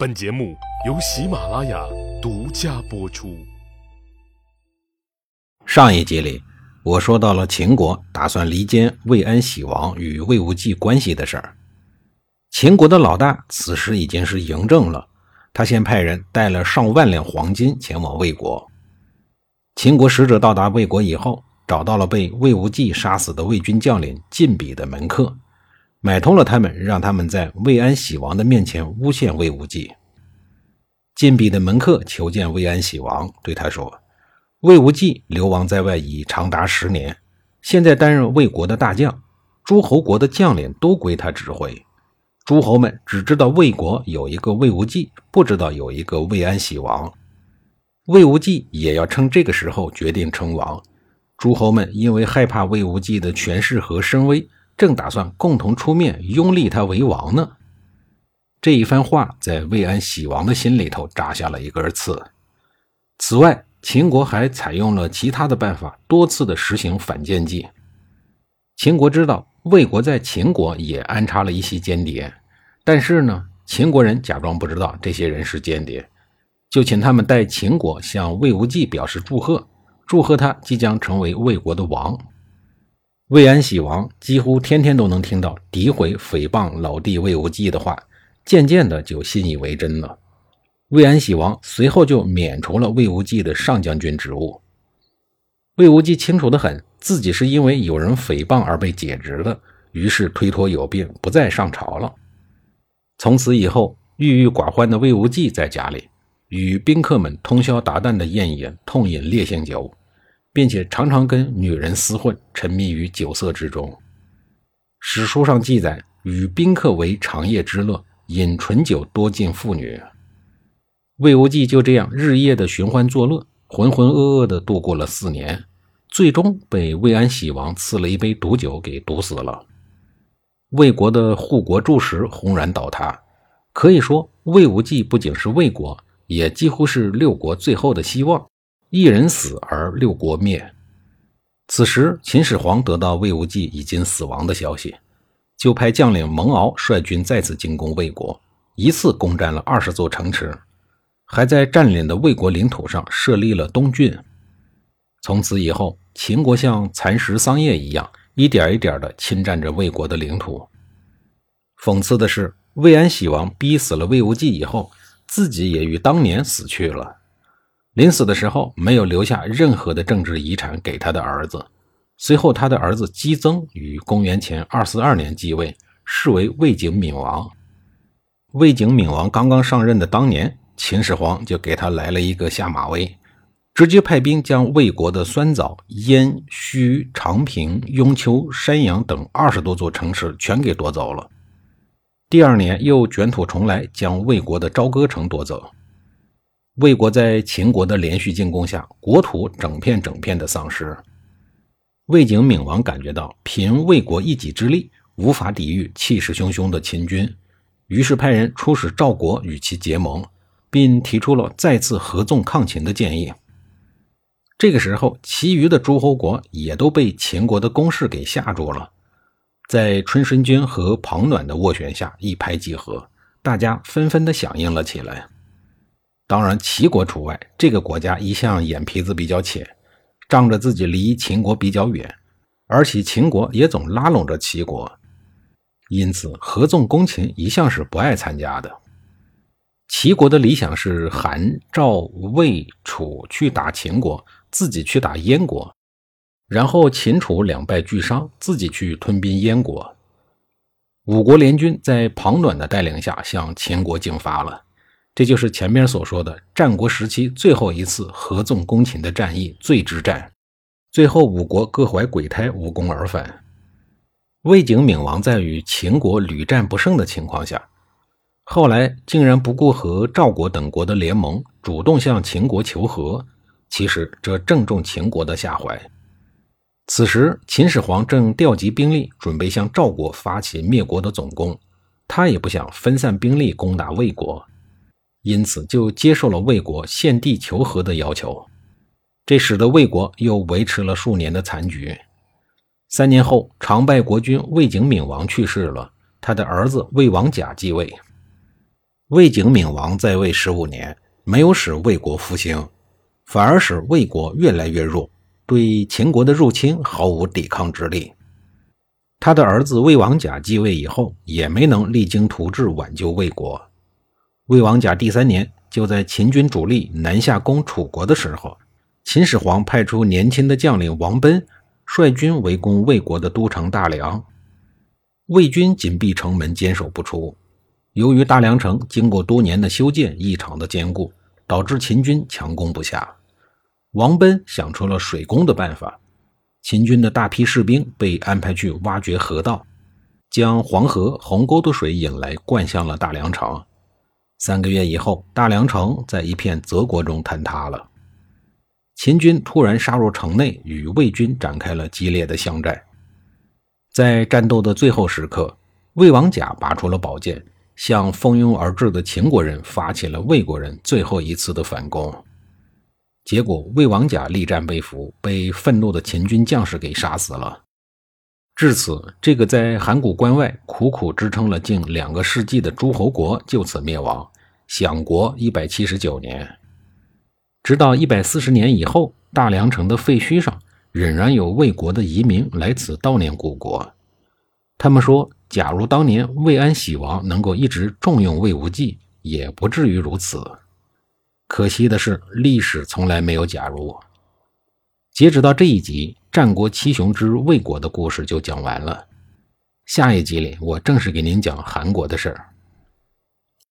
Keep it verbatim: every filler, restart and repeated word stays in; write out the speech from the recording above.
本节目由喜马拉雅独家播出。 上一集里，我说到了秦国打算离间魏安喜王与魏无忌关系的事儿。秦国的老大此时已经是嬴政了，他先派人带了上万两黄金前往魏国。秦国使者到达魏国以后，找到了被魏无忌杀死的魏军将领晋鄙的门客，买通了他们，让他们在魏安喜王的面前诬陷魏无忌。晋鄙的门客求见魏安喜王，对他说，魏无忌流亡在外已长达十年，现在担任魏国的大将，诸侯国的将领都归他指挥。诸侯们只知道魏国有一个魏无忌，不知道有一个魏安喜王。魏无忌也要趁这个时候决定称王。诸侯们因为害怕魏无忌的权势和声威，正打算共同出面拥立他为王呢。这一番话在魏安喜王的心里头扎下了一根刺。此外，秦国还采用了其他的办法，多次的实行反间计。秦国知道魏国在秦国也安插了一些间谍，但是呢，秦国人假装不知道这些人是间谍，就请他们代秦国向魏无忌表示祝贺，祝贺他即将成为魏国的王。魏安喜王几乎天天都能听到诋毁诽谤老弟魏无忌的话，渐渐的就信以为真了。魏安喜王随后就免除了魏无忌的上将军职务。魏无忌清楚得很，自己是因为有人诽谤而被解职的，于是推脱有病，不再上朝了。从此以后，郁郁寡欢的魏无忌在家里与宾客们通宵达旦的宴饮，痛饮烈性酒，并且常常跟女人厮混，沉迷于酒色之中。史书上记载，与宾客为长夜之乐，饮醇酒多近妇女。魏无忌就这样日夜的寻欢作乐，浑浑噩噩的度过了四年，最终被魏安喜王赐了一杯毒酒给毒死了。魏国的护国柱石轰然倒塌，可以说魏无忌不仅是魏国，也几乎是六国最后的希望，一人死而六国灭。此时秦始皇得到魏无忌已经死亡的消息，就派将领蒙敖率军再次进攻魏国，一次攻占了二十座城池，还在占领的魏国领土上设立了东郡。从此以后，秦国像蚕食桑叶一样，一点一点地侵占着魏国的领土。讽刺的是，魏安喜王逼死了魏无忌以后，自己也与当年死去了。临死的时候，没有留下任何的政治遗产给他的儿子。随后他的儿子姬增于公元前二四二年继位，是为魏景闵王。魏景闵王刚刚上任的当年，秦始皇就给他来了一个下马威，直接派兵将魏国的酸枣、燕、胥、长平、雍丘、山阳等二十多座城池全给夺走了。第二年又卷土重来，将魏国的朝歌城夺走。魏国在秦国的连续进攻下，国土整片整片的丧失。魏景闵王感觉到凭魏国一己之力无法抵御气势汹汹的秦军，于是派人出使赵国与其结盟，并提出了再次合纵抗秦的建议。这个时候，其余的诸侯国也都被秦国的攻势给吓住了，在春申君和庞暖的斡旋下一拍即合，大家纷纷的响应了起来。当然齐国除外，这个国家一向眼皮子比较浅，仗着自己离秦国比较远，而且秦国也总拉拢着齐国，因此合纵攻秦一向是不爱参加的。齐国的理想是韩、赵、魏、楚去打秦国，自己去打燕国，然后秦楚两败俱伤，自己去吞并燕国。五国联军在庞暖的带领下向秦国进发了，这就是前面所说的战国时期最后一次合纵攻秦的战役醉之战。最后五国各怀鬼胎，无功而返。魏景闵王在与秦国屡战不胜的情况下，后来竟然不顾和赵国等国的联盟，主动向秦国求和，其实这正中秦国的下怀。此时秦始皇正调集兵力准备向赵国发起灭国的总攻，他也不想分散兵力攻打魏国，因此就接受了魏国献地求和的要求。这使得魏国又维持了数年的残局。三年后，常败国君魏景闵王去世了，他的儿子魏王甲继位。 魏景闵王在位十五年，没有使魏国复兴，反而使魏国越来越弱，对秦国的入侵毫无抵抗之力。他的儿子魏王甲继位以后，也没能励精图治挽救魏国。魏王甲第三年，就在秦军主力南下攻楚国的时候，秦始皇派出年轻的将领王贲率军围攻魏国的都城大梁。魏军紧闭城门，坚守不出。由于大梁城经过多年的修建异常的坚固，导致秦军强攻不下。王贲想出了水攻的办法，秦军的大批士兵被安排去挖掘河道，将黄河、鸿沟的水引来，灌向了大梁城。三个月以后，大梁城在一片泽国中坍塌了。秦军突然杀入城内，与魏军展开了激烈的相战。在战斗的最后时刻，魏王甲拔出了宝剑，向蜂拥而至的秦国人发起了魏国人最后一次的反攻。结果魏王甲力战被俘，被愤怒的秦军将士给杀死了。至此，这个在函谷关外苦苦支撑了近两个世纪的诸侯国就此灭亡，享国一百七十九年。直到一百四十年以后，大梁城的废墟上仍然有魏国的遗民来此悼念故国。他们说，假如当年魏安喜王能够一直重用魏无忌，也不至于如此。可惜的是，历史从来没有假如。截止到这一集，战国七雄之魏国的故事就讲完了。下一集里，我正式给您讲韩国的事儿。